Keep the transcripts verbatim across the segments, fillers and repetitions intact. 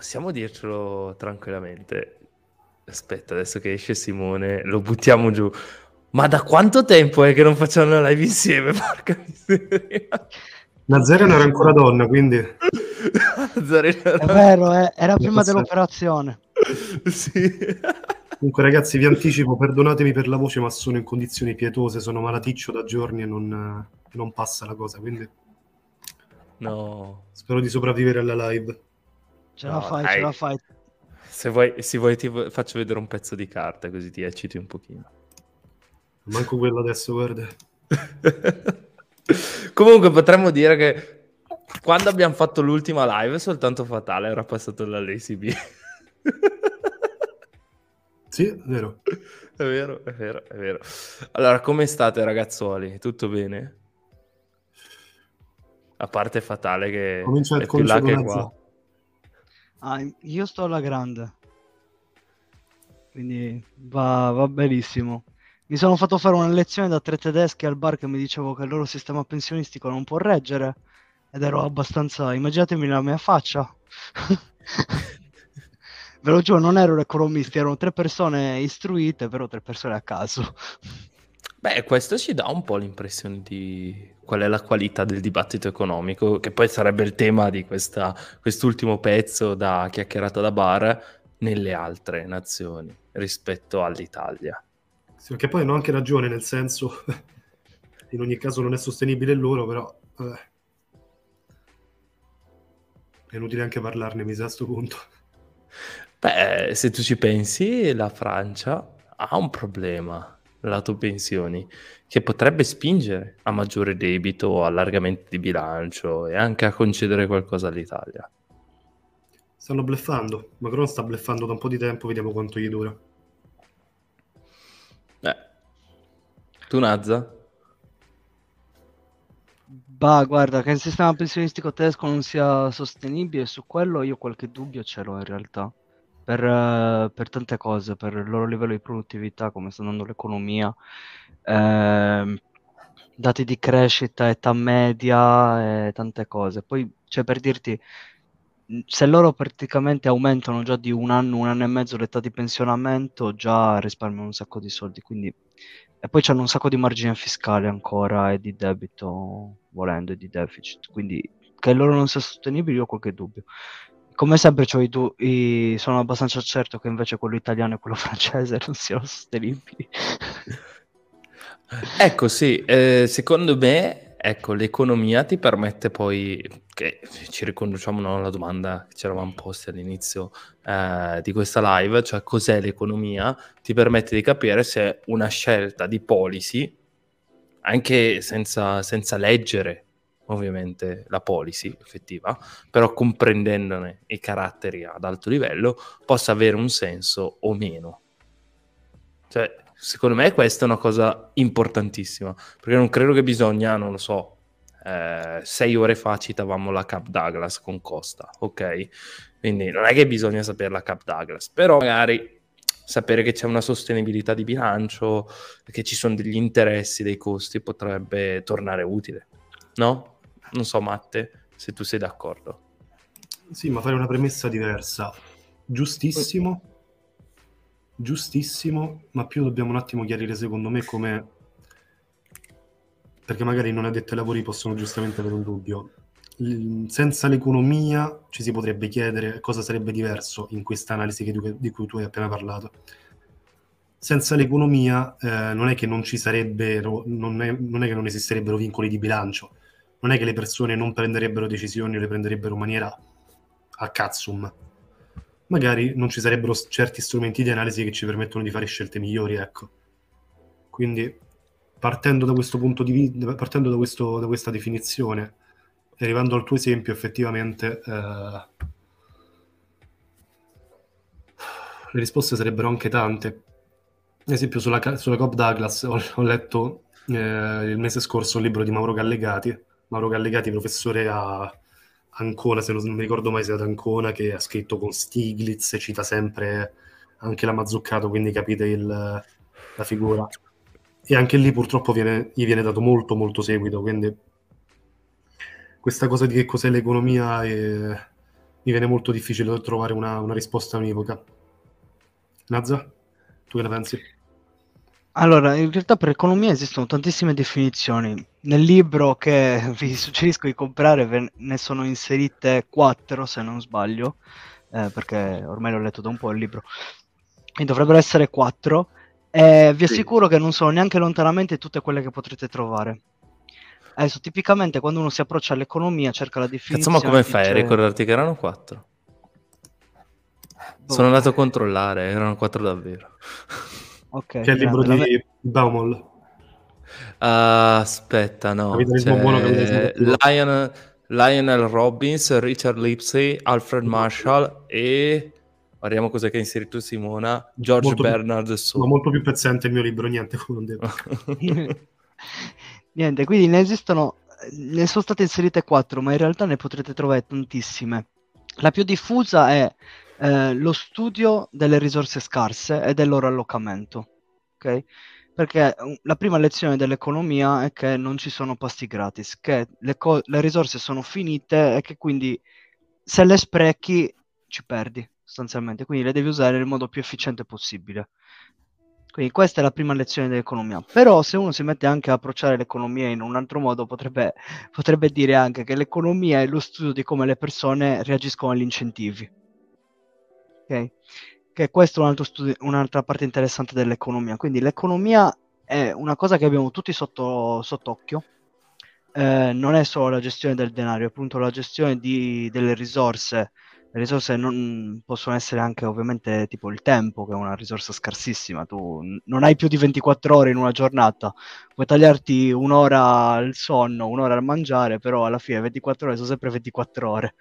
possiamo dircelo tranquillamente. Aspetta, adesso che esce Simone, lo buttiamo giù. Ma da quanto tempo è che non facciamo una live insieme? Porca miseria. Nazareno era ancora donna, quindi... Nazareno È vero, eh, era prima passare. dell'operazione. Sì. Comunque ragazzi, vi anticipo, perdonatemi per la voce, ma sono in condizioni pietose, sono malaticcio da giorni e non, non passa la cosa, quindi No. spero di sopravvivere alla live. Ce la No, fai, dai. ce la fai. Se vuoi, se vuoi ti vo- faccio vedere un pezzo di carta così ti ecciti un pochino. Manco quello adesso, guarda. Comunque potremmo dire che quando abbiamo fatto l'ultima live soltanto Fatale era passato dall'A C B. Sì, è vero. È vero, è vero, è vero. Allora, come state ragazzuoli? Tutto bene? A parte Fatale che Comincia, è più là comincia che con qua. Azza. Ah, io sto alla grande, quindi va, va benissimo. Mi sono fatto fare una lezione da tre tedeschi al bar che mi dicevo che il loro sistema pensionistico non può reggere ed ero abbastanza... Immaginatemi la mia faccia. Ve lo giuro, non erano economisti, erano tre persone istruite, però tre persone a caso. Beh, questo ci dà un po' l'impressione di qual è la qualità del dibattito economico, che poi sarebbe il tema di questa, quest'ultimo pezzo da chiacchierata da bar nelle altre nazioni rispetto all'Italia. Sì, perché poi hanno anche ragione, nel senso, in ogni caso non è sostenibile il loro, però vabbè. È inutile anche parlarne, mi sa, a sto punto. Beh, se tu ci pensi, la Francia ha un problema lato pensioni che potrebbe spingere a maggiore debito o allargamento di bilancio e anche a concedere qualcosa all'Italia. Stanno bluffando. Macron sta bluffando da un po' di tempo, vediamo quanto gli dura. Eh. Tu Nazza? Bah, guarda, che il sistema pensionistico tedesco non sia sostenibile, su quello io qualche dubbio ce l'ho in realtà. Per, eh, per tante cose, per il loro livello di produttività, come sta andando l'economia, ehm, dati di crescita, età media e tante cose. Poi, cioè, per dirti, mh, se loro praticamente aumentano già di un anno, un anno e mezzo l'età di pensionamento, già risparmiano un sacco di soldi. Quindi... E poi c'hanno un sacco di margine fiscale ancora e di debito, volendo, e di deficit. Quindi che loro non sia sostenibile, io ho qualche dubbio. Come sempre c'ho i du- i- sono abbastanza certo che invece quello italiano e quello francese non siano sostenibili. Ecco, sì, eh, secondo me, ecco, l'economia ti permette poi, che ci riconduciamo no, alla domanda che ci eravamo posti all'inizio eh, di questa live, cioè cos'è l'economia, ti permette di capire se una scelta di policy, anche senza, senza leggere ovviamente la policy effettiva, però comprendendone i caratteri ad alto livello, possa avere un senso o meno. Cioè, secondo me questa è una cosa importantissima, perché non credo che bisogna, non lo so, eh, sei ore fa citavamo la Cap Douglas con Costa, ok? Quindi non è che bisogna sapere la Cap Douglas, però magari sapere che c'è una sostenibilità di bilancio, che ci sono degli interessi, dei costi, potrebbe tornare utile, no? Non so, Matte, se tu sei d'accordo. Sì, ma fare una premessa diversa. Giustissimo, giustissimo, ma più dobbiamo un attimo chiarire, secondo me, come... Perché magari non addetti ai lavori possono giustamente avere un dubbio. L- senza l'economia ci si potrebbe chiedere cosa sarebbe diverso in questa analisi che tu- di cui tu hai appena parlato. Senza l'economia eh, non è che non ci sarebbero, non è, non è che non esisterebbero vincoli di bilancio, non è che le persone non prenderebbero decisioni o le prenderebbero in maniera a cazzum. Magari non ci sarebbero s- certi strumenti di analisi che ci permettono di fare scelte migliori, ecco. Quindi partendo da questo punto di vista, partendo da, questo, da questa definizione e arrivando al tuo esempio, effettivamente eh, le risposte sarebbero anche tante. Ad esempio sulla, ca- sulla Coop Douglas ho, ho letto eh, il mese scorso un libro di Mauro Gallegati, Mauro Gallegati professore a Ancona, se non, non mi ricordo mai se è ad Ancona, che ha scritto con Stiglitz, cita sempre anche la Mazzuccato, quindi capite il, la figura. E anche lì purtroppo viene, gli viene dato molto molto seguito, quindi questa cosa di che cos'è l'economia e mi viene molto difficile trovare una, una risposta univoca. Nazza, tu che ne pensi? Allora, in realtà per economia esistono tantissime definizioni. Nel libro che vi suggerisco di comprare ve ne sono inserite quattro, se non sbaglio, eh, perché ormai l'ho letto da un po' il libro. E dovrebbero essere quattro. E vi Sì. assicuro che non sono neanche lontanamente tutte quelle che potrete trovare. Adesso, tipicamente, quando uno si approccia all'economia, cerca la Cazzo, definizione. ma come fai a dice... ricordarti che erano quattro? Boh, Sono andato a controllare, erano quattro davvero. ok, Che è il libro grande. La di me- Baumol. Ah, aspetta, no. Capitalismo buono, capitalismo C'è cattivo. Lion- Lionel Robbins, Richard Lipsey, Alfred Marshall e... Guardiamo cos'è che hai inserito Simona. George Molto più, Bernard no, Shaw. molto più pezzente il mio libro, niente, come ho detto. Niente, quindi ne esistono, ne sono state inserite quattro, ma in realtà ne potrete trovare tantissime. La più diffusa è eh, lo studio delle risorse scarse e del loro allocamento, ok? Perché uh, la prima lezione dell'economia è che non ci sono pasti gratis, che le, co- le risorse sono finite e che quindi se le sprechi ci perdi sostanzialmente, quindi le devi usare nel modo più efficiente possibile. Quindi questa è la prima lezione dell'economia. Però se uno si mette anche a approcciare l'economia in un altro modo, potrebbe, potrebbe dire anche che l'economia è lo studio di come le persone reagiscono agli incentivi. Ok? Che questo è un altro studio, un'altra parte interessante dell'economia. Quindi l'economia è una cosa che abbiamo tutti sotto, sott'occhio. Eh, non è solo la gestione del denaro, è appunto la gestione di, delle risorse. Le risorse non possono essere anche ovviamente tipo il tempo, che è una risorsa scarsissima. Tu n- non hai più di ventiquattro ore in una giornata, puoi tagliarti un'ora al sonno, un'ora al mangiare, però alla fine ventiquattro ore sono sempre ventiquattro ore.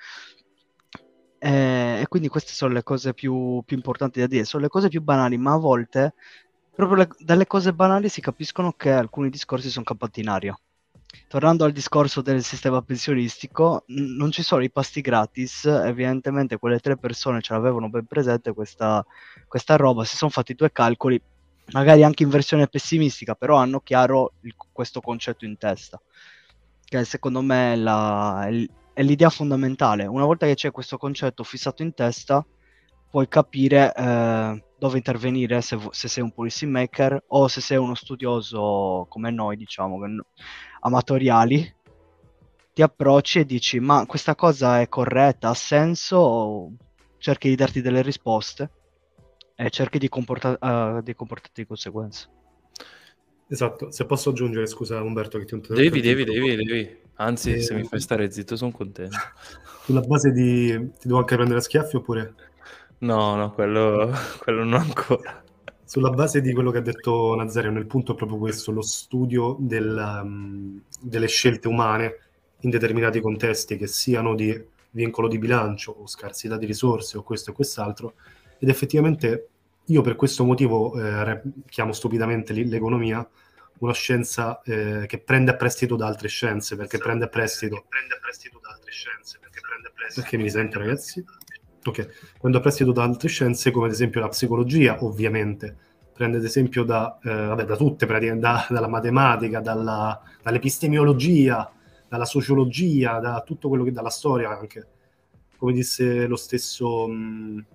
Eh, e quindi queste sono le cose più, più importanti da dire, sono le cose più banali, ma a volte proprio le- dalle cose banali si capiscono che alcuni discorsi sono campati in aria. Tornando al discorso del sistema pensionistico, n- non ci sono i pasti gratis, evidentemente quelle tre persone ce l'avevano ben presente questa, questa roba, si sono fatti due calcoli, magari anche in versione pessimistica, però hanno chiaro il- questo concetto in testa, che secondo me è, la- è l- è l'idea fondamentale. Una volta che c'è questo concetto fissato in testa, puoi capire eh, dove intervenire se, vo- se sei un policy maker o se sei uno studioso come noi, diciamo, che no- amatoriali, ti approcci e dici ma questa cosa è corretta, ha senso, o cerchi di darti delle risposte e cerchi di, comporta- eh, di comportarti di conseguenza. Esatto, se posso aggiungere, scusa Umberto che ti, inter- Devi, ti devi, interrompo. devi, devi. Anzi, se mi Eh, fai stare zitto sono contento. sulla base di... ti devo anche prendere a schiaffi oppure... No, no, quello, quello non ancora. Sulla base di quello che ha detto Nazareno, il punto è proprio questo, lo studio del, um, delle scelte umane in determinati contesti, che siano di vincolo di bilancio o scarsità di risorse o questo e quest'altro, ed effettivamente io per questo motivo eh, chiamo stupidamente l'economia una scienza eh, che prende a prestito da altre scienze, perché prende a prestito... Prende a prestito da altre scienze, perché prende a prestito... Perché mi sente, ragazzi? Ok, prende a prestito da altre scienze, come ad esempio la psicologia, ovviamente. Prende ad esempio da, eh, vabbè, da tutte, da, dalla matematica, dalla, dall'epistemiologia, dalla sociologia, da tutto quello che... dalla storia anche. Come disse lo stesso mh,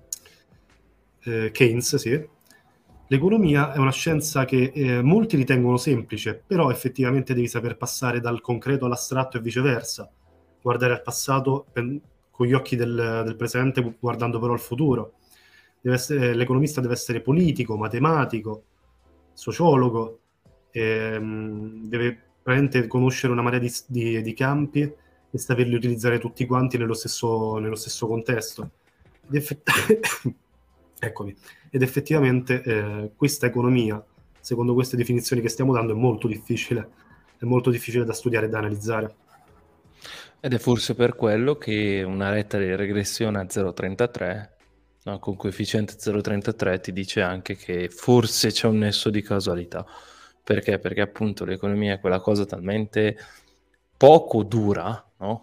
eh, Keynes, sì. L'economia è una scienza che eh, molti ritengono semplice, però effettivamente devi saper passare dal concreto all'astratto e viceversa, guardare al passato per, con gli occhi del, del presente, guardando però al futuro. Deve essere, l'economista deve essere politico, matematico, sociologo, ehm, deve veramente conoscere una marea di, di, di campi e saperli utilizzare tutti quanti nello stesso, nello stesso contesto. Ed effett- Eccomi. Ed effettivamente eh, questa economia, secondo queste definizioni che stiamo dando, è molto difficile, è molto difficile da studiare e da analizzare. Ed è forse per quello che una retta di regressione a zero virgola trentatré, no, con coefficiente zero virgola trentatré, ti dice anche che forse c'è un nesso di casualità. Perché? Perché appunto l'economia è quella cosa talmente poco dura, no?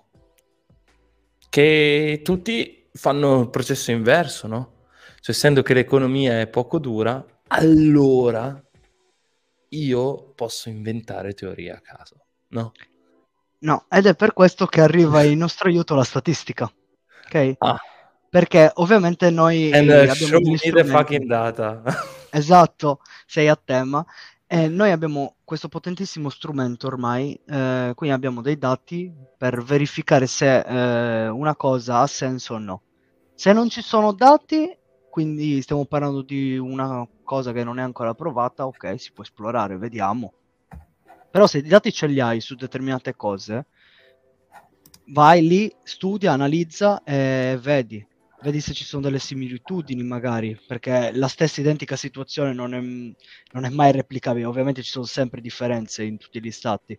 Che tutti fanno il processo inverso, no? Cioè, essendo che l'economia è poco dura, allora io posso inventare teorie a caso, no? No, ed è per questo che arriva in nostro aiuto la statistica, ok? Ah, perché ovviamente noi And uh, abbiamo show degli me the strumenti. fucking data. Esatto, sei a tema. E noi abbiamo questo potentissimo strumento ormai, eh, quindi abbiamo dei dati per verificare se eh, una cosa ha senso o no. Se non ci sono dati, quindi stiamo parlando di una cosa che non è ancora provata, ok, si può esplorare, vediamo. Però se i dati ce li hai su determinate cose, vai lì, studia, analizza e vedi. Vedi se ci sono delle similitudini magari, perché la stessa identica situazione non è, non è mai replicabile. Ovviamente ci sono sempre differenze in tutti gli stati,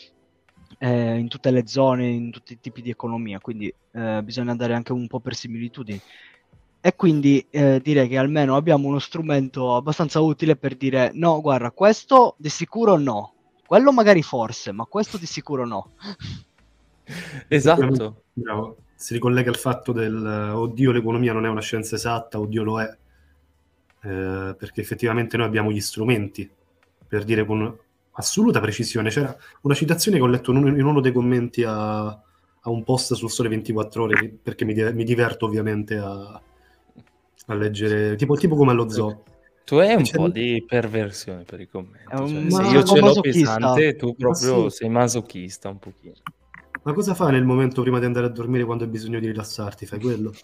eh, in tutte le zone, in tutti i tipi di economia, quindi eh, bisogna andare anche un po' per similitudini. E quindi eh, direi che almeno abbiamo uno strumento abbastanza utile per dire no, guarda, questo di sicuro no, quello magari forse, ma questo di sicuro no. Esatto. Bravo. Si ricollega al fatto del oddio l'economia non è una scienza esatta, oddio lo è, eh, perché effettivamente noi abbiamo gli strumenti per dire con assoluta precisione. C'era una citazione che ho letto in uno, in uno dei commenti a, a un post sul Sole ventiquattro Ore, perché mi, mi diverto ovviamente a, a leggere, tipo, tipo come allo zoo. Tu hai un c'è po' un- di perversione per i commenti, È un cioè, Ma- se io ce l'ho masochista. pesante, tu proprio sì. sei masochista un pochino. Ma cosa fai nel momento prima di andare a dormire quando hai bisogno di rilassarti? Fai quello?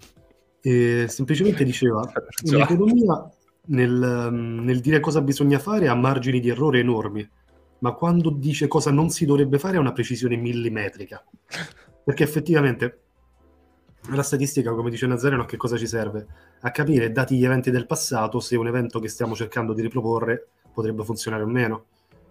E semplicemente diceva, Già. l'economia nel, nel dire cosa bisogna fare ha margini di errore enormi, ma quando dice cosa non si dovrebbe fare ha una precisione millimetrica. Perché effettivamente la statistica, come dice Nazareno, a che cosa ci serve? A capire, dati gli eventi del passato, se un evento che stiamo cercando di riproporre potrebbe funzionare o meno.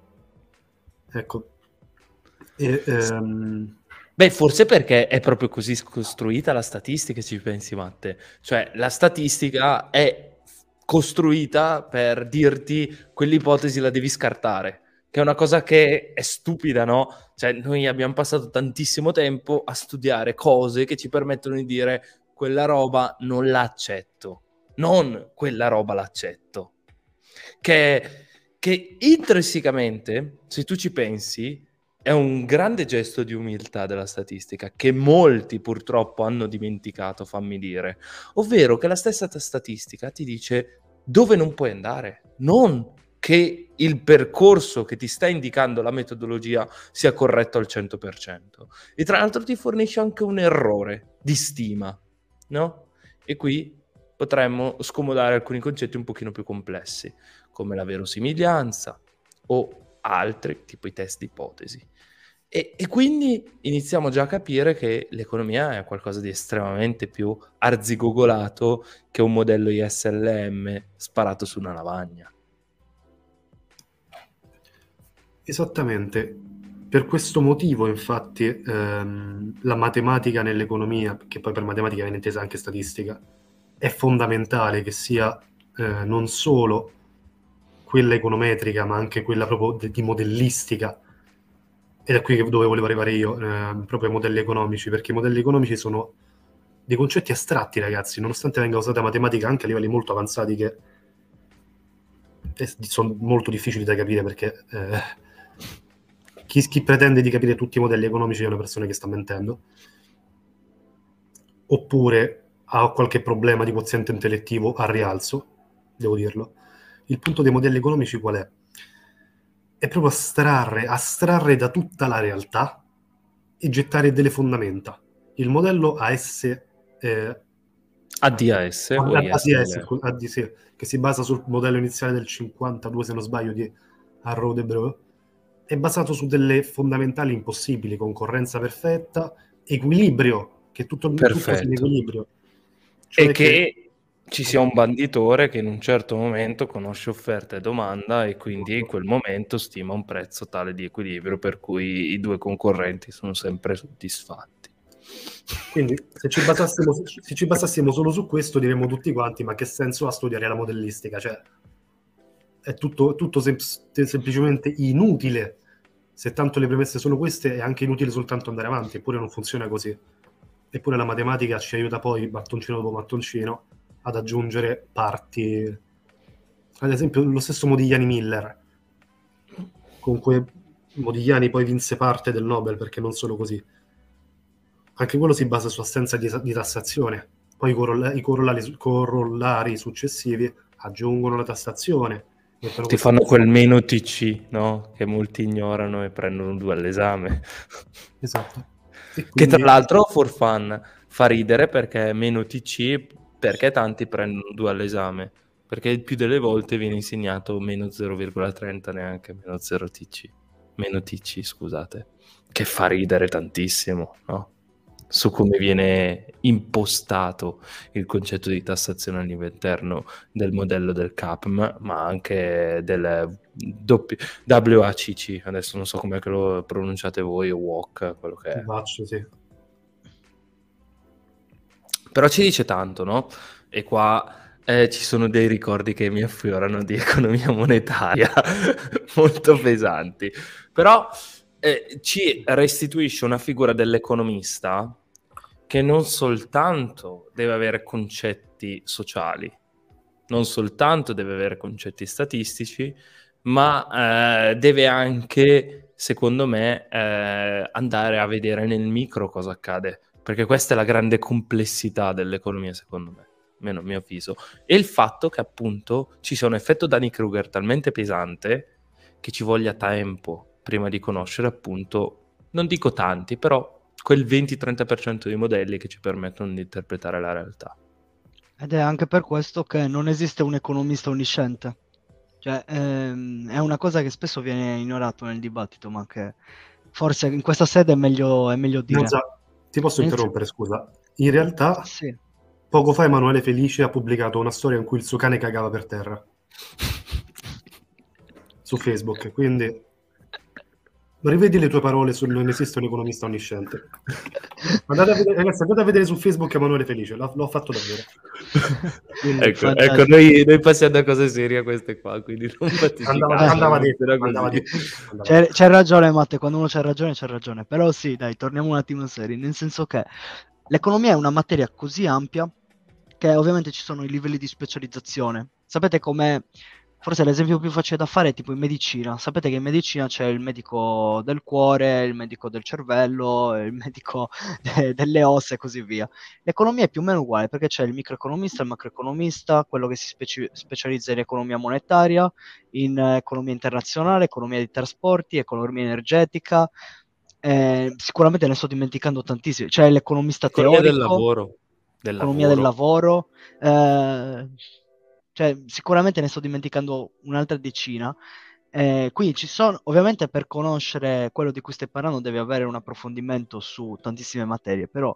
Ecco. E, ehm, Beh, forse perché è proprio così costruita la statistica, ci pensi, Matte. Cioè, la statistica è costruita per dirti quell'ipotesi la devi scartare, che è una cosa che è stupida, no? Cioè, noi abbiamo passato tantissimo tempo a studiare cose che ci permettono di dire quella roba non l'accetto, non quella roba l'accetto. Che, che intrinsecamente, se tu ci pensi, è un grande gesto di umiltà della statistica che molti purtroppo hanno dimenticato, fammi dire, ovvero che la stessa t- statistica ti dice dove non puoi andare, non che il percorso che ti sta indicando la metodologia sia corretto al cento per cento, e tra l'altro ti fornisce anche un errore di stima, no? E qui potremmo scomodare alcuni concetti un pochino più complessi, come la verosimiglianza o altri, tipo i test di ipotesi. E, e quindi iniziamo già a capire che l'economia è qualcosa di estremamente più arzigogolato che un modello I S L M sparato su una lavagna. Esattamente. Per questo motivo, infatti, ehm, la matematica nell'economia, che poi per matematica viene intesa anche statistica, è fondamentale che sia eh, non solo quella econometrica, ma anche quella proprio de- di modellistica. Ed è qui che- dove volevo arrivare io, eh, proprio ai modelli economici, perché i modelli economici sono dei concetti astratti, ragazzi, nonostante venga usata matematica anche a livelli molto avanzati che eh, sono molto difficili da capire, perché eh, chi, chi pretende di capire tutti i modelli economici è una persona che sta mentendo, oppure ha qualche problema di quoziente intellettivo a rialzo, devo dirlo. Il punto dei modelli economici qual è? È proprio astrarre, astrarre da tutta la realtà e gettare delle fondamenta. Il modello A S eh, A D A S o I S L M? A D S, che si basa sul modello iniziale del cinquantadue, se non sbaglio, di Arrow de Breu, è basato su delle fondamentali impossibili: concorrenza perfetta, equilibrio, che tutto, tutto sia in Perfetto. equilibrio. Cioè E che, che ci sia un banditore che in un certo momento conosce offerta e domanda e quindi in quel momento stima un prezzo tale di equilibrio per cui i due concorrenti sono sempre soddisfatti. Quindi se ci basassimo, se ci basassimo solo su questo diremmo tutti quanti: ma che senso ha studiare la modellistica? Cioè, è tutto, tutto sem- semplicemente inutile. Se tanto le premesse sono queste, è anche inutile soltanto andare avanti, eppure non funziona così. Eppure la matematica ci aiuta poi, mattoncino dopo mattoncino, ad aggiungere parti. Ad esempio lo stesso Modigliani-Miller, con cui Modigliani poi vinse parte del Nobel, perché non solo così. Anche quello si basa su assenza di, di tassazione, poi i corolla- i corollari, corollari successivi aggiungono la tassazione. mettono Ti queste fanno cose. quel meno T C, no? Che molti ignorano e prendono due all'esame. Esatto. E Che tra quindi l'altro, for fun, fa ridere perché è meno T C, perché tanti prendono due all'esame. Perché il più delle volte viene insegnato meno zero virgola trenta, neanche meno zero T C. Meno T C, scusate. Che fa ridere tantissimo, no? Su come viene impostato il concetto di tassazione all'interno del modello del C A P M, ma anche del W A C C, adesso non so come lo pronunciate voi, o W O C, quello che è. faccio, sì. Però ci dice tanto, no? E qua eh, ci sono dei ricordi che mi affiorano di economia monetaria molto pesanti. Però eh, ci restituisce una figura dell'economista che non soltanto deve avere concetti sociali, non soltanto deve avere concetti statistici, ma eh, deve anche, secondo me, eh, andare a vedere nel micro cosa accade, perché questa è la grande complessità dell'economia, secondo me, almeno a mio avviso, e il fatto che appunto ci sia un effetto Dunning-Kruger talmente pesante che ci voglia tempo prima di conoscere appunto, non dico tanti, però quel venti-trenta per cento di modelli che ci permettono di interpretare la realtà. Ed è anche per questo che non esiste un economista onnisciente. Cioè, ehm, è una cosa che spesso viene ignorato nel dibattito, ma che forse in questa sede è meglio, è meglio dire. Nozza, ti posso Nel- interrompere, scusa? In realtà, Sì. poco fa Emanuele Felice ha pubblicato una storia in cui il suo cane cagava per terra su Facebook, quindi rivedi le tue parole sul non esiste un economista onnisciente. Andate a vedere, ragazzi, andate a vedere su Facebook Emanuele Felice, l'ho, l'ho fatto davvero. Quindi, Ecco, Fantastico. ecco noi, noi passiamo da cose serie a queste qua, quindi non fateci andava, caso, andava non detto, funziona andava così. detto, andava C'è, detto. c'è ragione Matte, quando uno c'ha ragione c'ha ragione, però sì, dai, torniamo un attimo seri, nel senso che l'economia è una materia così ampia che ovviamente ci sono i livelli di specializzazione. Sapete com'è? Forse l'esempio più facile da fare è tipo in medicina. Sapete che in medicina c'è il medico del cuore, il medico del cervello, il medico de- delle ossa e così via. L'economia è più o meno uguale perché c'è il microeconomista, il macroeconomista, quello che si speci- specializza in economia monetaria, in eh, economia internazionale, economia dei trasporti, economia energetica. Eh, sicuramente ne sto dimenticando tantissimi. C'è l'economista Economia del teorico, lavoro, del economia del lavoro. lavoro. eh, cioè, sicuramente ne sto dimenticando un'altra decina. Eh, quindi ci sono, ovviamente per conoscere quello di cui stai parlando devi avere un approfondimento su tantissime materie, però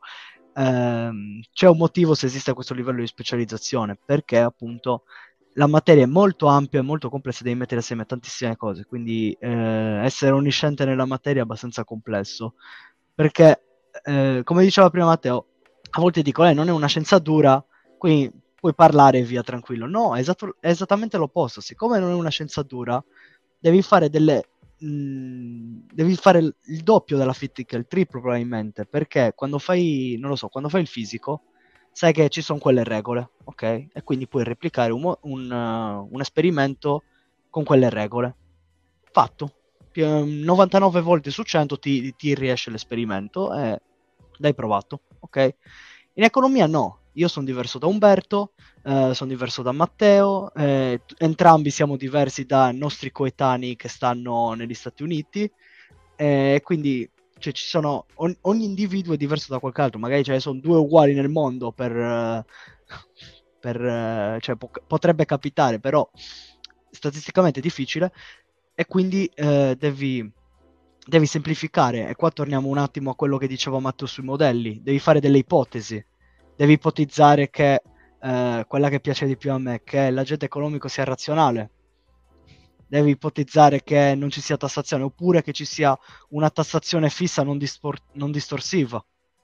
ehm, c'è un motivo se esiste questo livello di specializzazione, perché appunto la materia è molto ampia e molto complessa, devi mettere assieme tantissime cose, quindi eh, essere onnisciente nella materia è abbastanza complesso, perché eh, come diceva prima Matteo, a volte dico, lei non è una scienzatura, quindi puoi parlare e via tranquillo. No, è, esatto- è esattamente l'opposto, siccome non è una scienzatura, devi fare delle... mh, devi fare il, il doppio della fisica, il triplo probabilmente, perché quando fai, non lo so, quando fai il fisico sai che ci sono quelle regole, ok? E quindi puoi replicare un, mo- un, uh, un esperimento con quelle regole. Fatto. Pi- novantanove volte su cento ti, ti riesce l'esperimento e l'hai provato, ok? In economia no, io sono diverso da Umberto, eh, sono diverso da Matteo, eh, t- entrambi siamo diversi dai nostri coetanei che stanno negli Stati Uniti, e quindi cioè, ci sono, ogni, ogni individuo è diverso da qualche altro, magari ce ne sono due uguali nel mondo per, eh, per, eh, cioè, po- potrebbe capitare, però statisticamente è difficile e quindi eh, devi, devi semplificare. E qua torniamo un attimo a quello che diceva Matteo sui modelli, devi fare delle ipotesi, devi ipotizzare che eh, quella che piace di più a me, che l'agente economico sia razionale. Devi ipotizzare che non ci sia tassazione oppure che ci sia una tassazione fissa non, dispor- non distorsiva.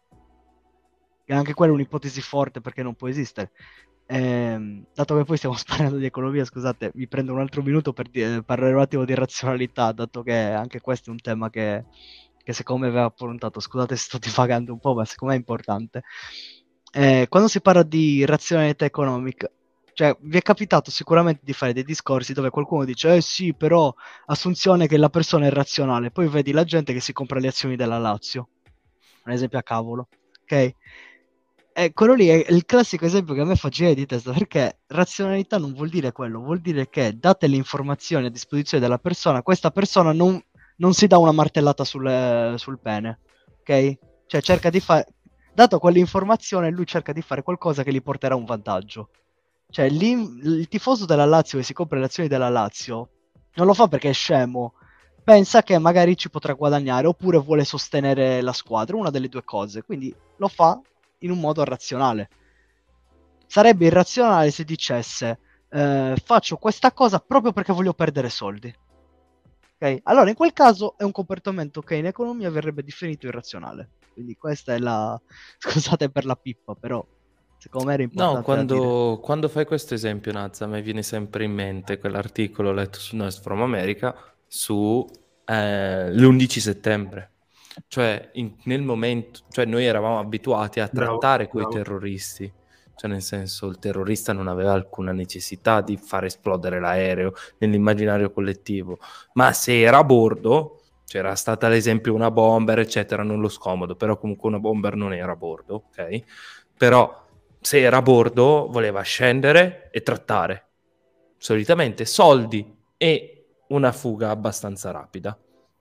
E anche quella è un'ipotesi forte perché non può esistere. Ehm, dato che poi stiamo parlando di economia, scusate, vi prendo un altro minuto per di- parlare un attimo di razionalità, dato che anche questo è un tema che, che secondo me va affrontato. Scusate se sto divagando un po', ma secondo me è importante. Eh, quando si parla di razionalità economica, cioè vi è capitato sicuramente di fare dei discorsi dove qualcuno dice, eh sì, però assunzione che la persona è razionale, poi vedi la gente che si compra le azioni della Lazio, un esempio a cavolo, ok? Eh, quello lì è il classico esempio che a me fa girare di testa, perché razionalità non vuol dire quello, vuol dire che date le informazioni a disposizione della persona, questa persona non, non si dà una martellata sul, sul pene, ok? Cioè cerca di fare, dato quell'informazione, lui cerca di fare qualcosa che gli porterà un vantaggio. Cioè lì, il tifoso della Lazio che si compra le azioni della Lazio non lo fa perché è scemo, pensa che magari ci potrà guadagnare oppure vuole sostenere la squadra, una delle due cose, quindi lo fa in un modo razionale. Sarebbe irrazionale se dicesse eh, faccio questa cosa proprio perché voglio perdere soldi. Okay? Allora in quel caso è un comportamento che in economia verrebbe definito irrazionale. Quindi questa è la... Scusate per la pippa, però secondo me era No, importante da dire. quando, quando fai questo esempio, Nazza, a me viene sempre in mente quell'articolo letto su Noise from America su eh, l'undici settembre. Cioè, in- nel momento, cioè noi eravamo abituati a Bravo, trattare coi bravo. terroristi. Cioè, nel senso, il terrorista non aveva alcuna necessità di far esplodere l'aereo nell'immaginario collettivo. Ma se era a bordo, c'era stata ad esempio una bomber, eccetera, non lo scomodo, però comunque una bomber non era a bordo, ok? Però se era a bordo voleva scendere e trattare. Solitamente soldi e una fuga abbastanza rapida.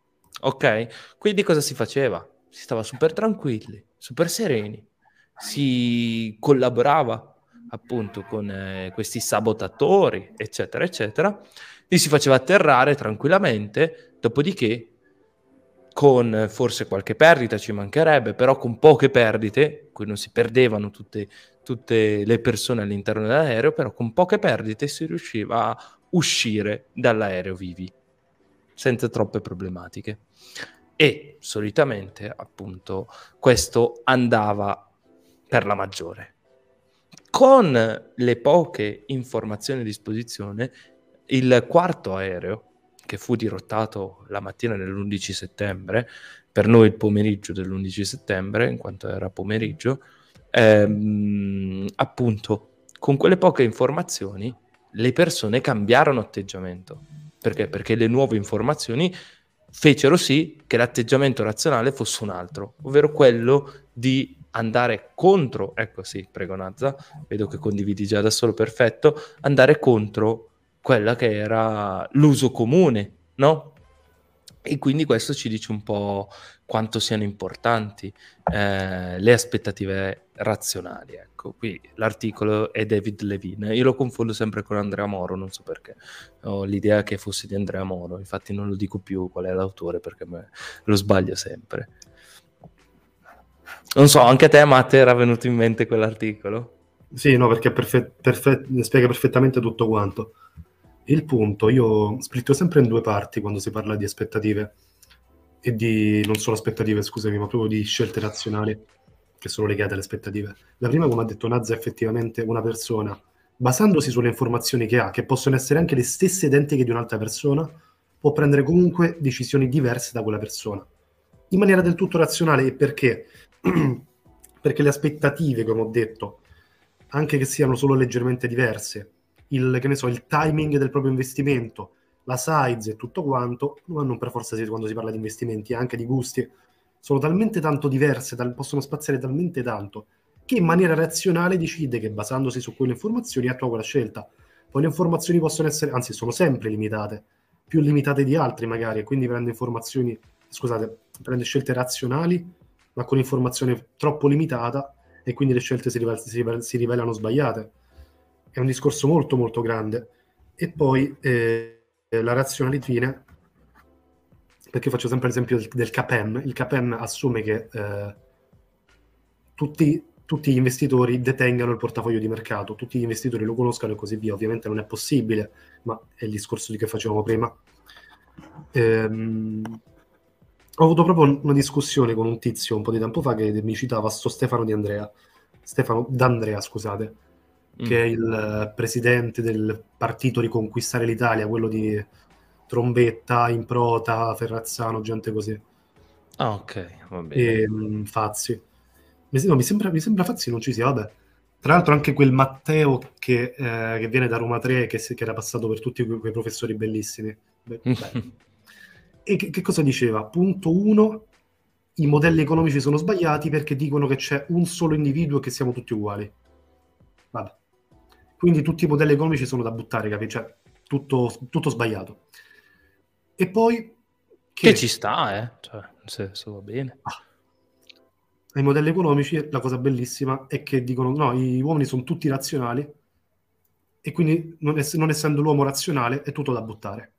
Ok? Quindi cosa si faceva? Si stava super tranquilli, super sereni, si collaborava appunto con eh, questi sabotatori, eccetera, eccetera, li si faceva atterrare tranquillamente, dopodiché con eh, forse qualche perdita ci mancherebbe, però con poche perdite, qui non si perdevano tutte, tutte le persone all'interno dell'aereo, però con poche perdite si riusciva a uscire dall'aereo vivi, senza troppe problematiche. E solitamente, appunto, questo andava per la maggiore. Con le poche informazioni a disposizione, il quarto aereo, che fu dirottato la mattina dell'undici settembre, per noi il pomeriggio dell'undici settembre, in quanto era pomeriggio, ehm, appunto, con quelle poche informazioni, le persone cambiarono atteggiamento. Perché? Perché le nuove informazioni fecero sì che l'atteggiamento razionale fosse un altro, ovvero quello di andare contro, ecco sì, prego Nazza, vedo che condividi già da solo, perfetto, andare contro quella che era l'uso comune, no? E quindi questo ci dice un po' quanto siano importanti eh, le aspettative razionali. Ecco, qui l'articolo è David Levine. Io lo confondo sempre con Andrea Moro, non so perché. Ho l'idea che fosse di Andrea Moro, infatti non lo dico più qual è l'autore perché me lo sbaglio sempre. Non so, anche a te, Matte, era venuto in mente quell'articolo? Sì, no, perché perfe- perfe- spiega perfettamente tutto quanto. Il punto, io splitto sempre in due parti quando si parla di aspettative e di, non solo aspettative, scusami, ma proprio di scelte razionali che sono legate alle aspettative. La prima, come ha detto Nazza, è effettivamente una persona, basandosi sulle informazioni che ha, che possono essere anche le stesse identiche di un'altra persona, può prendere comunque decisioni diverse da quella persona, in maniera del tutto razionale. E perché? Perché le aspettative, come ho detto, anche che siano solo leggermente diverse, il, che ne so, il timing del proprio investimento, la size e tutto quanto, ma non per forza quando si parla di investimenti, anche di gusti, sono talmente tanto diverse, tal- possono spaziare talmente tanto, che in maniera razionale decide che basandosi su quelle informazioni attua quella scelta. Poi le informazioni possono essere, anzi sono sempre limitate, più limitate di altre magari, e quindi prende informazioni, scusate, prende scelte razionali, ma con informazione troppo limitata, e quindi le scelte si, rivel- si, rivel- si rivelano sbagliate. È un discorso molto molto grande. E poi eh, la razionalità, perché faccio sempre l'esempio del, del K M. Il K M assume che eh, tutti, tutti gli investitori detengano il portafoglio di mercato, tutti gli investitori lo conoscano e così via. Ovviamente non è possibile, ma è il discorso di che facevamo prima. Ehm, ho avuto proprio una discussione con un tizio un po' di tempo fa che mi citava sto Stefano di Andrea, Stefano D'Andrea, scusate, Mm. che è il eh, presidente del partito Riconquistare l'Italia, quello di Trombetta, Improta, Ferrazzano, gente così. Ah, ok, va bene. E mh, Fazzi. Mi, no, mi sembra, mi sembra Fazzi non ci sia, vabbè. Tra l'altro anche quel Matteo che, eh, che viene da Roma tre, che, che era passato per tutti quei, quei professori bellissimi. Beh, beh. E che, che cosa diceva? Punto uno, i modelli economici sono sbagliati perché dicono che c'è un solo individuo e che siamo tutti uguali. Vabbè. Quindi tutti i modelli economici sono da buttare, capi? Cioè, tutto, tutto sbagliato. E poi... Che, che ci sta, eh? Cioè, nel senso, va bene. Ah. Ai modelli economici la cosa bellissima è che dicono no, gli uomini sono tutti razionali e quindi non, ess- non essendo l'uomo razionale è tutto da buttare.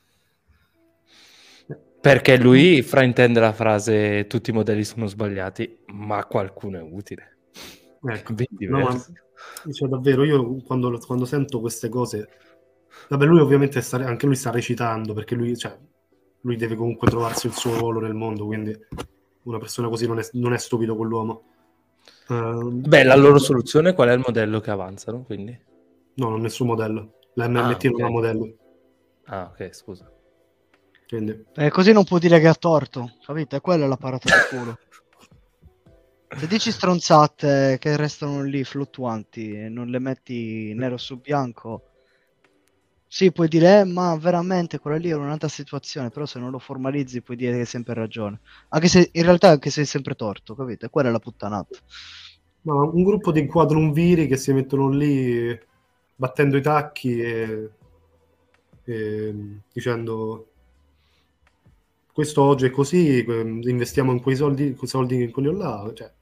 Perché lui fraintende la frase tutti i modelli sono sbagliati, ma qualcuno è utile. Ecco, ben no, ma, diverso. cioè, davvero, io quando, quando sento queste cose, vabbè, lui ovviamente sta, anche lui sta recitando, perché lui, cioè, lui deve comunque trovarsi il suo ruolo nel mondo, quindi una persona così non è, non è stupido quell'uomo. Uh, Beh, la loro soluzione qual è il modello che avanzano, quindi? No, non nessun modello. La M M T ah, okay. non ha modello. Ah, ok, scusa. Quindi... Eh, così non può dire che ha torto, capite? Quella è la parata di culo. Se dici stronzate che restano lì fluttuanti e non le metti nero su bianco, sì, puoi dire, eh, ma veramente quella lì è un'altra situazione, però se non lo formalizzi puoi dire che hai sempre ragione. Anche se in realtà anche sei sempre torto, capite? Quella è la puttanata. No, un gruppo di quadrumviri che si mettono lì battendo i tacchi e, e dicendo questo oggi è così, investiamo in quei soldi, quei soldi in quello là, cioè.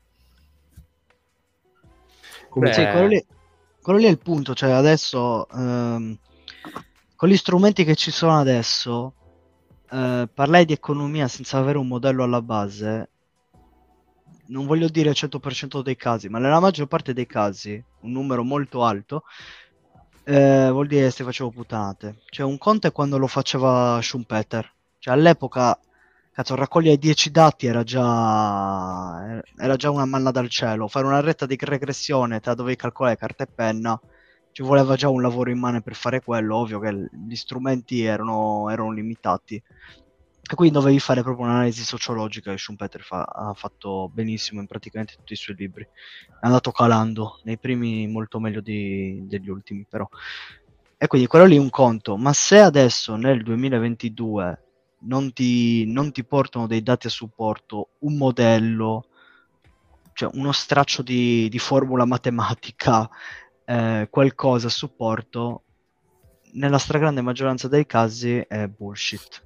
Come... Sì, quello lì, quello lì è il punto, cioè adesso ehm, con gli strumenti che ci sono adesso eh, parlare di economia senza avere un modello alla base, non voglio dire il cento per cento dei casi, ma nella maggior parte dei casi, un numero molto alto, eh, vuol dire che stai facendo puttanate. Cioè un conto è quando lo faceva Schumpeter, cioè all'epoca cazzo, raccogliere dieci dati era già era già una manna dal cielo. Fare una retta di regressione te la dovevi calcolare carta e penna, ci voleva già un lavoro in mano per fare quello. Ovvio che gli strumenti erano, erano limitati e quindi dovevi fare proprio un'analisi sociologica, che Schumpeter fa, ha fatto benissimo in praticamente tutti i suoi libri. È andato calando, nei primi molto meglio di, degli ultimi però. E quindi quello lì è un conto, ma se adesso nel duemilaventidue non ti, non ti portano dei dati a supporto, un modello, cioè uno straccio di, di formula matematica, eh, qualcosa a supporto, nella stragrande maggioranza dei casi è bullshit.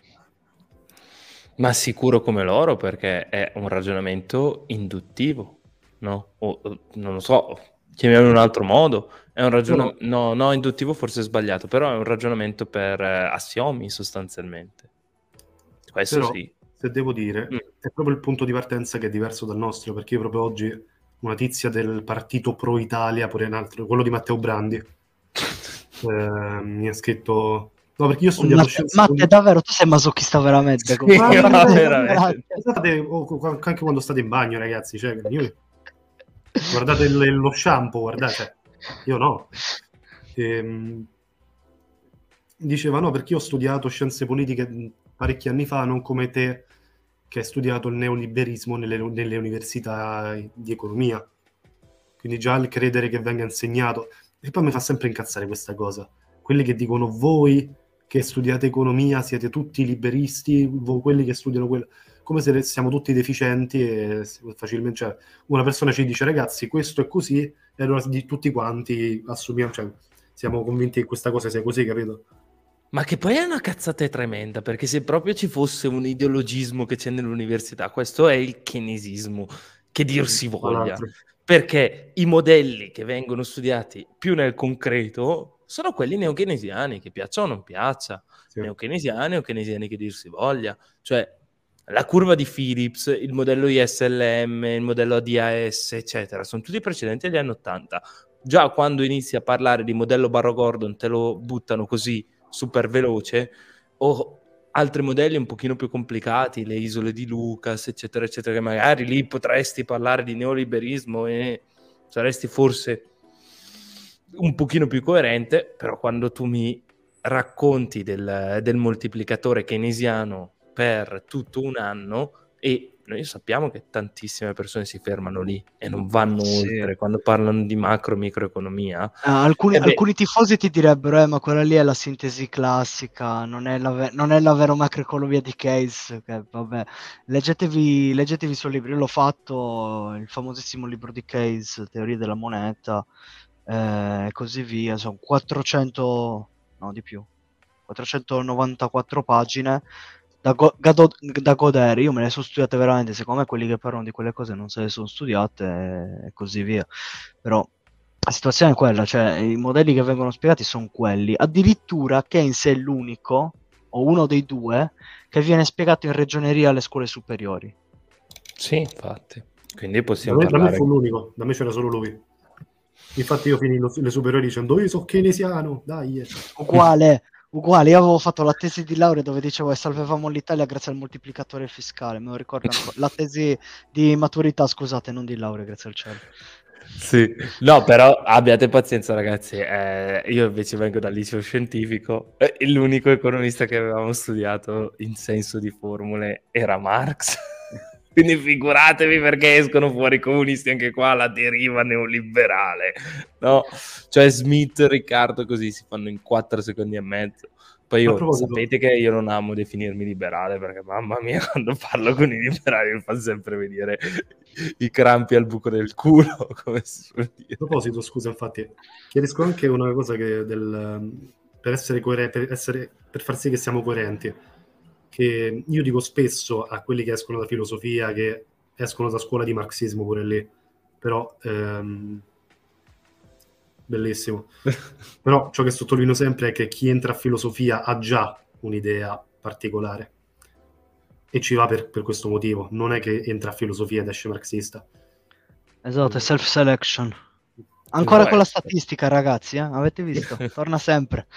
Ma sicuro come loro, perché è un ragionamento induttivo, no? O, non lo so, chiamiamolo in un altro modo. È un ragionamento, no, no, induttivo forse è sbagliato, però è un ragionamento per eh, assiomi sostanzialmente. Questo però, sì. Se devo dire, mm. è proprio il punto di partenza che è diverso dal nostro, perché io proprio oggi una tizia del partito pro Italia, pure un altro, quello di Matteo Brandi, eh, mi ha scritto... No, perché io ho studiato Matte, scienze Matte, politiche. davvero, tu sei masochista veramente. Sì, ma veramente. Guardate, anche quando state in bagno, ragazzi, cioè, io... guardate il, lo shampoo, guardate, io no. Ehm... Diceva no, perché io ho studiato scienze politiche parecchi anni fa, non come te che hai studiato il neoliberismo nelle, nelle università di economia. Quindi già il credere che venga insegnato. E poi mi fa sempre incazzare questa cosa. Quelli che dicono voi che studiate economia siete tutti liberisti, voi quelli che studiano quello, come se siamo tutti deficienti e facilmente, cioè, una persona ci dice ragazzi questo è così e allora di tutti quanti assumiamo, cioè, siamo convinti che questa cosa sia così, capito? Ma che poi è una cazzata tremenda, perché se proprio ci fosse un ideologismo che c'è nell'università, questo è il keynesismo, che dir si voglia, perché i modelli che vengono studiati più nel concreto sono quelli neokeynesiani, che piaccia o non piaccia, sì. Neokeynesiani o keynesiani che dir si voglia, cioè la curva di Phillips, il modello I S L M, il modello A D A S, eccetera, sono tutti precedenti agli anni ottanta. Già quando inizi a parlare di modello Barro-Gordon te lo buttano così super veloce, o altri modelli un pochino più complicati, le isole di Lucas, eccetera, eccetera, che magari lì potresti parlare di neoliberismo e saresti forse un pochino più coerente, però quando tu mi racconti del, del moltiplicatore keynesiano per tutto un anno e noi sappiamo che tantissime persone si fermano lì e non vanno Sì. oltre quando parlano di macro microeconomia. Ah, alcuni, Eh beh, alcuni tifosi ti direbbero, eh, ma quella lì è la sintesi classica, non è la, ve- non è la vera macroeconomia di Keynes. Che, vabbè, leggetevi, leggetevi i suoi libri. Io l'ho fatto, il famosissimo libro di Keynes, Teoria della moneta, eh, e così via. Sono quattrocento, no di più, quattrocentonovantaquattro pagine da, go- gado- da godere. Io me le sono studiate veramente, secondo me quelli che parlano di quelle cose non se le sono studiate e così via. Però la situazione è quella, cioè i modelli che vengono spiegati sono quelli. Addirittura Keynes è l'unico, o uno dei due, che viene spiegato in ragioneria alle scuole superiori. sì, infatti. Quindi Da possiamo me, da me parlare. fu l'unico, da me c'era solo lui. Infatti io finì lo- le superiori dicendo io sono keynesiano, dai. eh." Uguale, uguale. Io avevo fatto la tesi di laurea dove dicevo che salvavamo l'Italia grazie al moltiplicatore fiscale, me lo ricordo ancora. La tesi di maturità, scusate, non di laurea, grazie al cielo. Sì, no, però abbiate pazienza, ragazzi. eh, io invece vengo dal liceo scientifico e l'unico economista che avevamo studiato in senso di formule era Marx. Quindi figuratevi perché escono fuori i comunisti anche qua, la deriva neoliberale, no? Cioè Smith, Riccardo, così si fanno in quattro secondi e mezzo. Poi A io, proposito, sapete che io non amo definirmi liberale perché mamma mia, quando parlo con i liberali mi fa sempre venire i crampi al buco del culo, come si suol a dire. proposito, scusa, infatti, chiarisco anche una cosa che del, per essere coerenti, per, essere, per far sì che siamo coerenti, che io dico spesso a quelli che escono da filosofia, che escono da scuola di marxismo pure lì, però ehm, bellissimo. Però ciò che sottolineo sempre è che chi entra a filosofia ha già un'idea particolare e ci va per, per questo motivo. Non è che entra a filosofia ed esce marxista. Esatto, è Eh, self-selection. Può Ancora con la essere. statistica, ragazzi, eh? Avete visto? Torna sempre.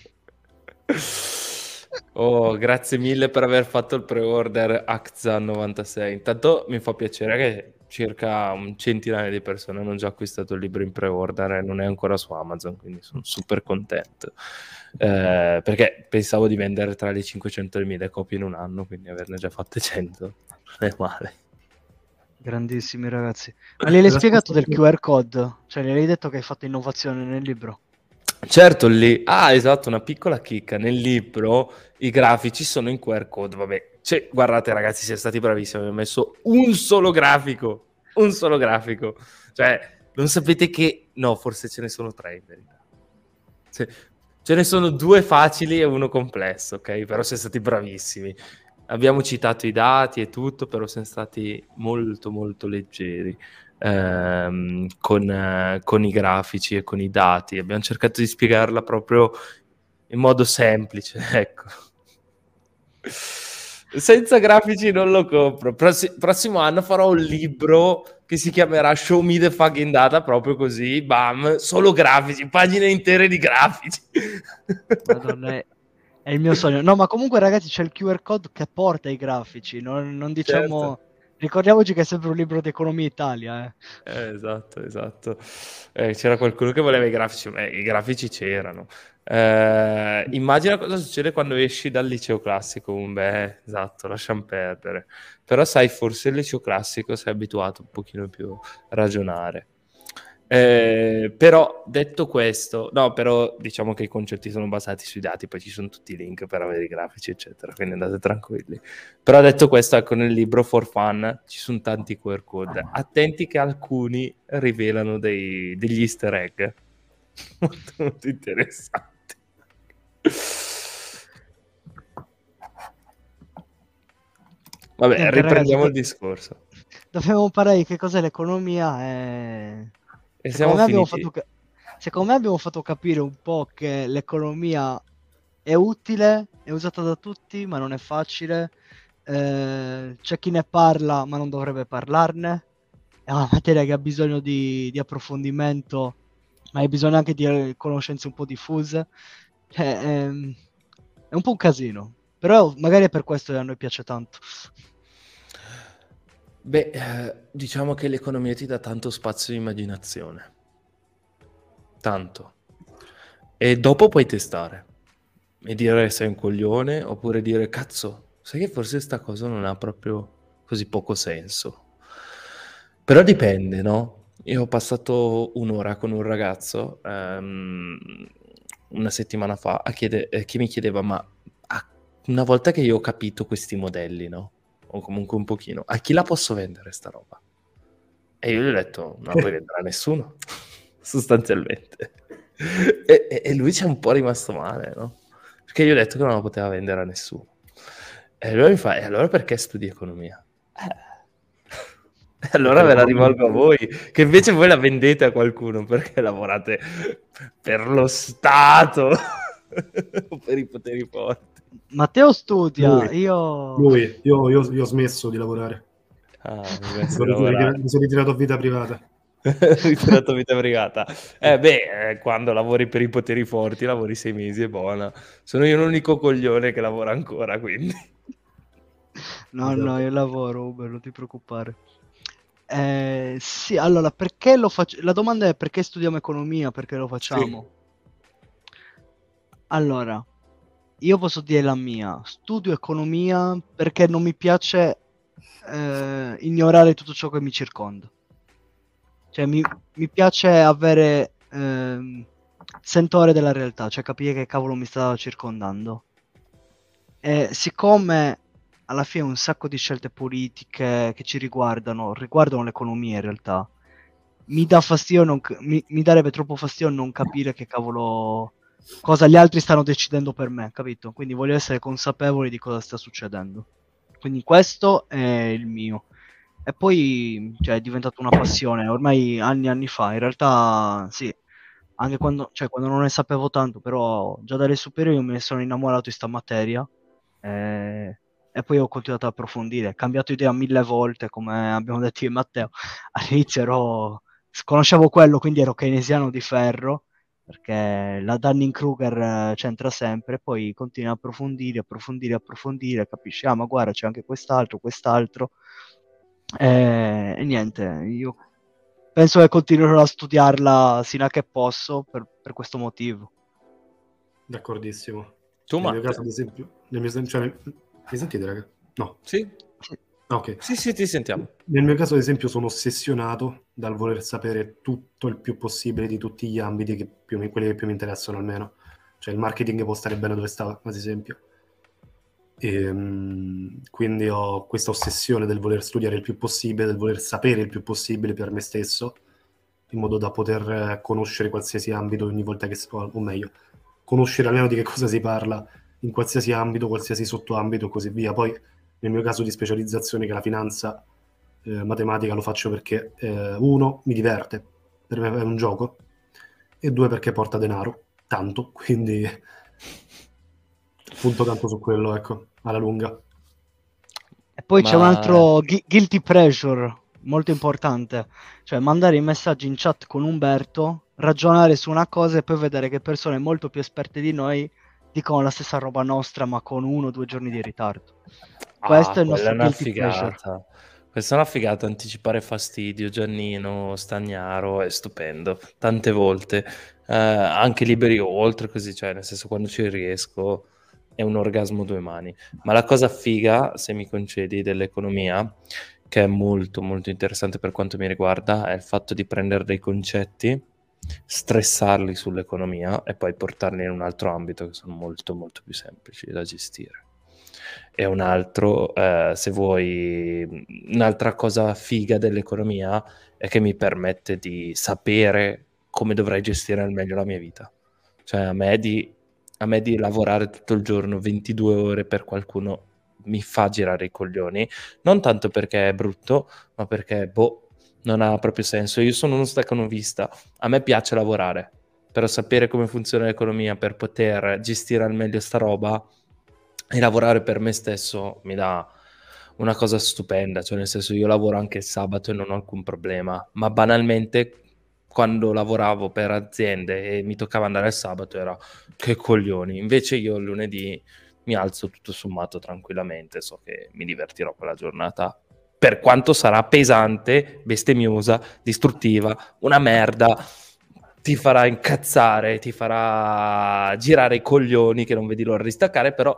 Oh, grazie mille per aver fatto il pre-order Acza novantasei. Intanto mi fa piacere che circa un centinaio di persone hanno già acquistato il libro in pre-order e non è ancora su Amazon, quindi sono super contento. Eh, perché pensavo di vendere tra le cinquecento e le mille copie in un anno, quindi averne già fatte cento non è male. Grandissimi ragazzi. Ma gliel'hai la spiegato del scorsa- Q R code? Cioè, gliel'hai detto che hai fatto innovazione nel libro? Certo, lì, ah, esatto, una piccola chicca. Nel libro i grafici sono in Q R code. Vabbè, cioè, guardate, ragazzi, siete stati bravissimi. Ho messo un solo grafico, un solo grafico. Cioè, non sapete che no, forse ce ne sono tre in verità. Cioè, ce ne sono due facili e uno complesso, ok? Però siete stati bravissimi. Abbiamo citato i dati e tutto, però siamo stati molto, molto leggeri. Ehm, con, eh, con i grafici e con i dati. Abbiamo cercato di spiegarla proprio in modo semplice, ecco. Senza grafici non lo compro. Prossi- prossimo anno farò un libro che si chiamerà Show Me the Fucking Data, proprio così, bam, solo grafici, pagine intere di grafici. Madonna, è, è il mio sogno. No, ma comunque ragazzi c'è il Q R code che porta i grafici. Non, non Certo. diciamo... Ricordiamoci che è sempre un libro di economia Italia, eh. Eh, esatto, esatto. Eh, c'era qualcuno che voleva i grafici, eh, i grafici c'erano. Eh, immagina cosa succede quando esci dal liceo classico. Beh, esatto, lasciamo perdere. Però sai, forse il liceo classico sei abituato un pochino più a ragionare. Eh, però detto questo, no, però diciamo che i concetti sono basati sui dati, poi ci sono tutti i link per avere i grafici, eccetera, quindi andate tranquilli. Però detto questo, ecco, nel libro For Fun ci sono tanti Q R code. Attenti che alcuni rivelano dei, degli easter egg molto, molto interessanti. Vabbè, Niente, ragazzi, riprendiamo do- il discorso. dobbiamo parlare di che cos'è l'economia e... E siamo Secondo me abbiamo finiti. fatto, ca- secondo me abbiamo fatto capire un po' che l'economia è utile, è usata da tutti, ma non è facile. Eh, c'è chi ne parla, ma non dovrebbe parlarne. È una materia che ha bisogno di, di approfondimento, ma hai bisogno anche di eh, conoscenze un po' diffuse. Cioè, ehm, è un po' un casino, però magari è per questo che a noi piace tanto. Beh, eh, diciamo che l'economia ti dà tanto spazio di immaginazione. Tanto. E dopo puoi testare. E dire sei un coglione, oppure dire, cazzo, sai che forse sta cosa non ha proprio così poco senso. Però dipende, no? Io ho passato un'ora con un ragazzo ehm, una settimana fa a chiede- eh, che mi chiedeva, ma ah, una volta che io ho capito questi modelli, no? O comunque un pochino, a chi la posso vendere sta roba? E io gli ho detto, non la puoi vendere a nessuno, sostanzialmente. E, e- e lui ci è un po' rimasto male, no? Perché io ho detto che non la poteva vendere a nessuno. E lui mi fa, e allora perché studi economia? Eh. E allora ve la rivolgo a voi, che invece voi la vendete a qualcuno perché lavorate per lo Stato o per i poteri forti. Matteo studia, Lui, io... lui, io, io- io ho smesso di lavorare. Ah, mi Mi messo sono di lavorare. ritirato, mi sono ritirato a vita privata. Ritirato vita privata. Eh beh, eh, quando lavori per i poteri forti, lavori sei mesi e buona. Sono io l'unico coglione che lavora ancora, quindi. No, Esatto. no, io lavoro, Uber, non ti preoccupare. Eh, sì, allora, perché lo faccio? La domanda è perché studiamo economia, perché lo facciamo? Allora, io posso dire la mia, studio economia perché non mi piace eh, ignorare tutto ciò che mi circonda. Cioè, mi, mi piace avere ehm, sentore della realtà, cioè capire che cavolo mi sta circondando. E siccome alla fine un sacco di scelte politiche che ci riguardano, riguardano l'economia in realtà, mi dà fastidio, non, c- mi, mi darebbe troppo fastidio non capire che cavolo, cosa gli altri stanno decidendo per me, capito? Quindi voglio essere consapevole di cosa sta succedendo. Quindi questo è il mio. E poi, cioè, è diventato una passione, ormai anni e anni fa, in realtà sì, anche quando, cioè, quando non ne sapevo tanto, però già dalle superiori me ne sono innamorato di sta materia eh, e poi ho continuato ad approfondire, cambiato idea mille volte, come abbiamo detto io e Matteo. All'inizio ero, conoscevo quello, quindi ero keynesiano di ferro, perché la Dunning-Kruger eh, c'entra sempre, poi continui a approfondire, approfondire, approfondire, capisci, ah ma guarda c'è anche quest'altro, quest'altro, e, e niente, io penso che continuerò a studiarla sino a che posso per, per questo motivo. D'accordissimo. Tu, Nel mio Matte? caso, ad esempio, nel mio, cioè, nel- mi sentite, raga? No. Sì? Sì. Ah, ok. Sì, sì, ti sentiamo. Nel mio caso, ad esempio, sono ossessionato dal voler sapere tutto il più possibile di tutti gli ambiti, che più mi- quelli che più mi interessano almeno. Cioè il marketing può stare bene dove sta, ad esempio. E, mm, quindi ho questa ossessione del voler studiare il più possibile, del voler sapere il più possibile per me stesso, in modo da poter eh, conoscere qualsiasi ambito ogni volta che si può, o meglio, conoscere almeno di che cosa si parla in qualsiasi ambito, qualsiasi sottoambito e così via. Poi nel mio caso di specializzazione, che è la finanza eh, matematica, lo faccio perché eh, uno, mi diverte, per me è un gioco, e due, perché porta denaro, tanto, quindi punto tanto su quello, ecco, alla lunga. E poi c'è un Ma altro gui- guilty pleasure molto importante, cioè mandare i messaggi in chat con Umberto, ragionare su una cosa e poi vedere che persone molto più esperte di noi dicono la stessa roba nostra ma con uno o due giorni di ritardo. Questo ah, è il quella è nostro una guilty pleasure. figata. Questa è una figata, anticipare fastidio, Giannino, Stagnaro, è stupendo, tante volte, eh, anche liberi o oltre così, cioè nel senso quando ci riesco è un orgasmo a due mani. Ma la cosa figa, se mi concedi, dell'economia, che è molto molto interessante per quanto mi riguarda, è il fatto di prendere dei concetti, stressarli sull'economia e poi portarli in un altro ambito che sono molto molto più semplici da gestire. E un altro, eh, se vuoi, un'altra cosa figa dell'economia è che mi permette di sapere come dovrei gestire al meglio la mia vita. Cioè a me di, a me di lavorare tutto il giorno ventidue ore per qualcuno mi fa girare i coglioni, non tanto perché è brutto, ma perché, boh, non ha proprio senso. Io sono uno staccanovista, a me piace lavorare, però sapere come funziona l'economia per poter gestire al meglio sta roba e lavorare per me stesso mi dà una cosa stupenda, cioè nel senso io lavoro anche il sabato e non ho alcun problema, ma banalmente quando lavoravo per aziende e mi toccava andare il sabato era che coglioni, invece io il lunedì mi alzo tutto sommato tranquillamente, so che mi divertirò quella giornata, per quanto sarà pesante, bestemmiosa, distruttiva, una merda, ti farà incazzare, ti farà girare i coglioni che non vedi l'ora di staccare, però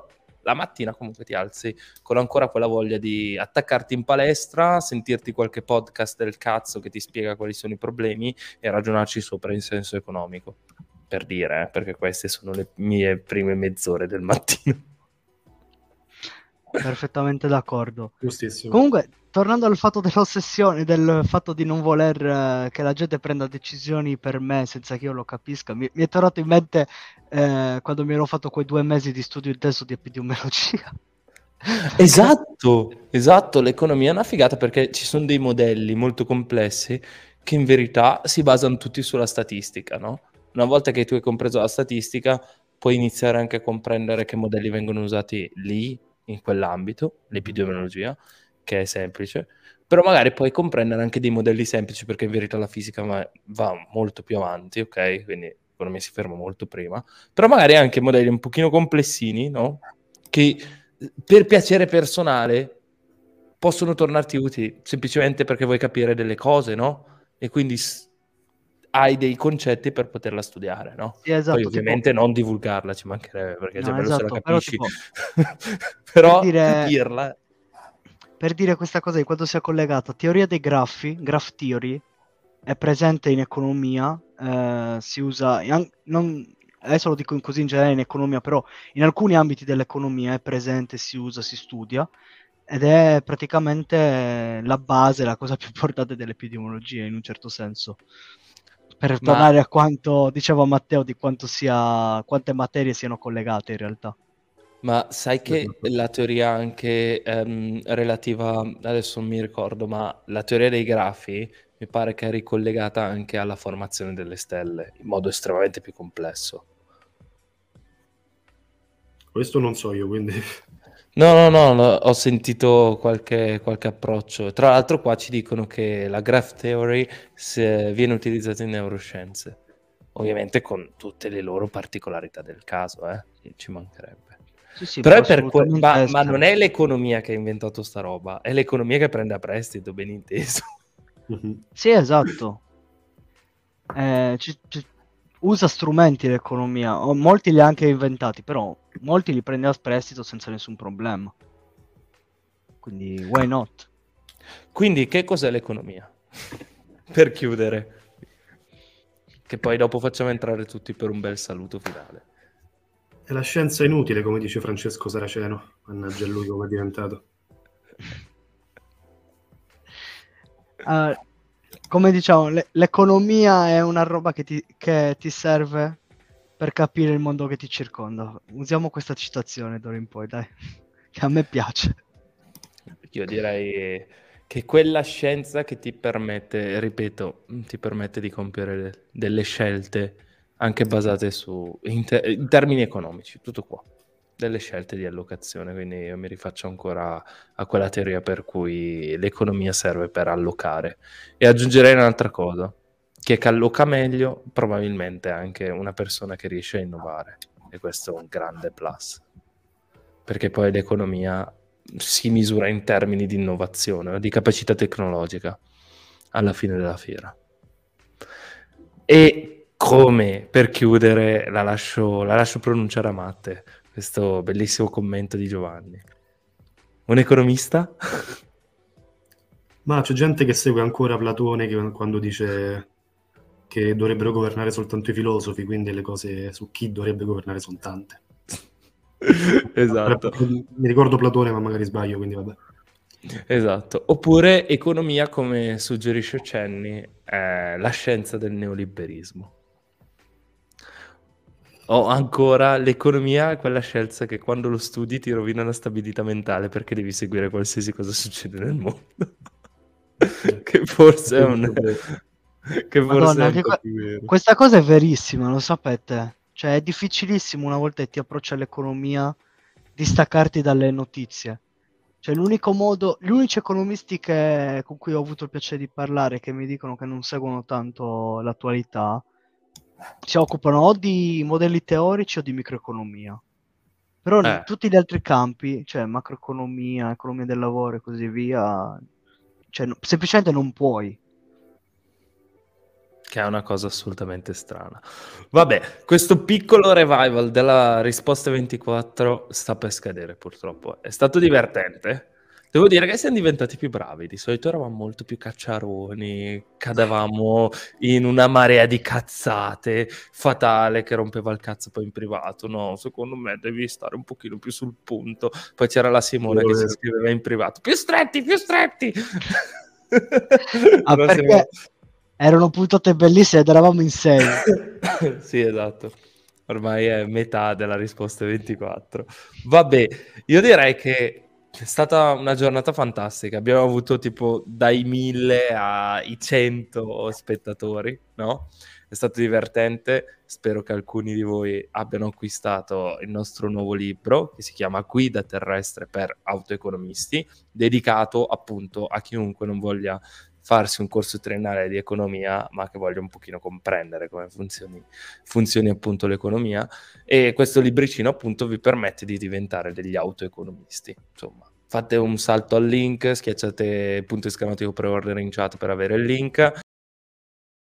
la mattina comunque ti alzi con ancora quella voglia di attaccarti in palestra, sentirti qualche podcast del cazzo che ti spiega quali sono i problemi e ragionarci sopra in senso economico, per dire, eh, perché queste sono le mie prime mezz'ore del mattino. Perfettamente d'accordo. Giustissimo. Comunque, tornando al fatto dell'ossessione, del fatto di non voler eh, che la gente prenda decisioni per me senza che io lo capisca, mi, mi è tornato in mente eh, quando mi ero fatto quei due mesi di studio intenso di epidemiologia. Esatto, esatto, l'economia è una figata perché ci sono dei modelli molto complessi che in verità si basano tutti sulla statistica, no? Una volta che tu hai compreso la statistica, puoi iniziare anche a comprendere che modelli vengono usati lì, in quell'ambito, l'epidemiologia, che è semplice, però magari puoi comprendere anche dei modelli semplici perché in verità la fisica va, va molto più avanti, ok? Quindi l'economia si ferma molto prima, però magari anche modelli un pochino complessini, no? Che per piacere personale possono tornarti utili semplicemente perché vuoi capire delle cose, no? E quindi s- hai dei concetti per poterla studiare, no? Sì, esatto, Poi tipo, ovviamente non divulgarla, ci mancherebbe, perché è già no, bello se la esatto, però capisci, tipo, per però dire, capirla. per dire questa cosa di quanto sia collegata, teoria dei graffi, graph theory, è presente in economia, eh, si usa, in- non, adesso lo dico in- così in generale in economia, però in alcuni ambiti dell'economia è presente, si usa, si studia, ed è praticamente la base, la cosa più importante dell'epidemiologia in un certo senso. Per Ma, tornare a quanto diceva Matteo di quanto sia, quante materie siano collegate in realtà. ma sai che Esatto. la teoria anche ehm, relativa, adesso non mi ricordo, ma la teoria dei grafi mi pare che è ricollegata anche alla formazione delle stelle in modo estremamente più complesso. Questo non so io, quindi No, no, no, no, ho sentito qualche, qualche approccio. Tra l'altro qua ci dicono che la graph theory se- viene utilizzata in neuroscienze, ovviamente con tutte le loro particolarità del caso, eh? Ci mancherebbe. Sì, sì, Però può è per que- assolutamente ma, ma non essere. è l'economia che ha inventato sta roba, è l'economia che prende a prestito, ben inteso. Mhm. Sì, esatto. Eh, ci- ci- usa strumenti l'economia, o molti li ha anche inventati, però molti li prende a prestito senza nessun problema. Quindi, why not? Quindi che cos'è l'economia? Per chiudere, che poi dopo facciamo entrare tutti per un bel saluto finale. È la scienza inutile, come dice Francesco Saraceno. Mannaggia lui come è diventato. Eh, come diciamo, le- l'economia è una roba che ti, che ti serve per capire il mondo che ti circonda. Usiamo questa citazione d'ora in poi, dai, che a me piace. Io direi che quella scienza che ti permette, ripeto, ti permette di compiere de- delle scelte anche basate su, in, te- in termini economici, tutto qua, delle scelte di allocazione, quindi io mi rifaccio ancora a quella teoria per cui l'economia serve per allocare. E aggiungerei un'altra cosa, che chi alloca meglio probabilmente è anche una persona che riesce a innovare, e questo è un grande plus, perché poi l'economia si misura in termini di innovazione, di capacità tecnologica alla fine della fiera. E come per chiudere la lascio, la lascio pronunciare a Matte questo bellissimo commento di Giovanni. Un economista? Ma c'è gente che segue ancora Platone che, quando dice che dovrebbero governare soltanto i filosofi, quindi le cose su chi dovrebbe governare sono tante. Esatto. Mi ricordo Platone, ma magari sbaglio, quindi vabbè. Esatto. Oppure economia, come suggerisce Cenni, è la scienza del neoliberismo. O ancora l'economia è quella scienza che quando lo studi ti rovina la stabilità mentale perché devi seguire qualsiasi cosa succede nel mondo. Che forse è un che forse Madonna, è un anche po' que- più vero. questa cosa è verissima, lo sapete. Cioè, è difficilissimo una volta che ti approcci all'economia distaccarti dalle notizie. Cioè, l'unico modo, gli unici economisti che- con cui ho avuto il piacere di parlare che mi dicono che non seguono tanto l'attualità si occupano o di modelli teorici o di microeconomia. Però in Eh, tutti gli altri campi, cioè macroeconomia, economia del lavoro e così via, cioè, no- semplicemente non puoi. Che è una cosa assolutamente strana. Vabbè, questo piccolo revival della risposta ventiquattro sta per scadere purtroppo. È stato divertente. Devo dire che siamo diventati più bravi. Di solito eravamo molto più cacciaroni, cadavamo in una marea di cazzate, Fatale che rompeva il cazzo poi in privato. No, secondo me devi stare un pochino più sul punto. Poi c'era la Simona che ci scriveva in privato. Più stretti, più stretti! Ah, Non perché siamo- erano puntate bellissime ed eravamo in sei. Sì, esatto. Ormai è metà della risposta ventiquattro. Vabbè, io direi che è stata una giornata fantastica. Abbiamo avuto tipo dai mille ai cento spettatori, no? È stato divertente. Spero che alcuni di voi abbiano acquistato il nostro nuovo libro che si chiama Guida terrestre per autoeconomisti, dedicato appunto a chiunque non voglia farsi un corso triennale di economia, ma che voglia un pochino comprendere come funzioni, funzioni appunto l'economia, e questo libricino appunto vi permette di diventare degli autoeconomisti. Insomma, fate un salto al link, schiacciate punto esclamativo pre-order in chat per avere il link,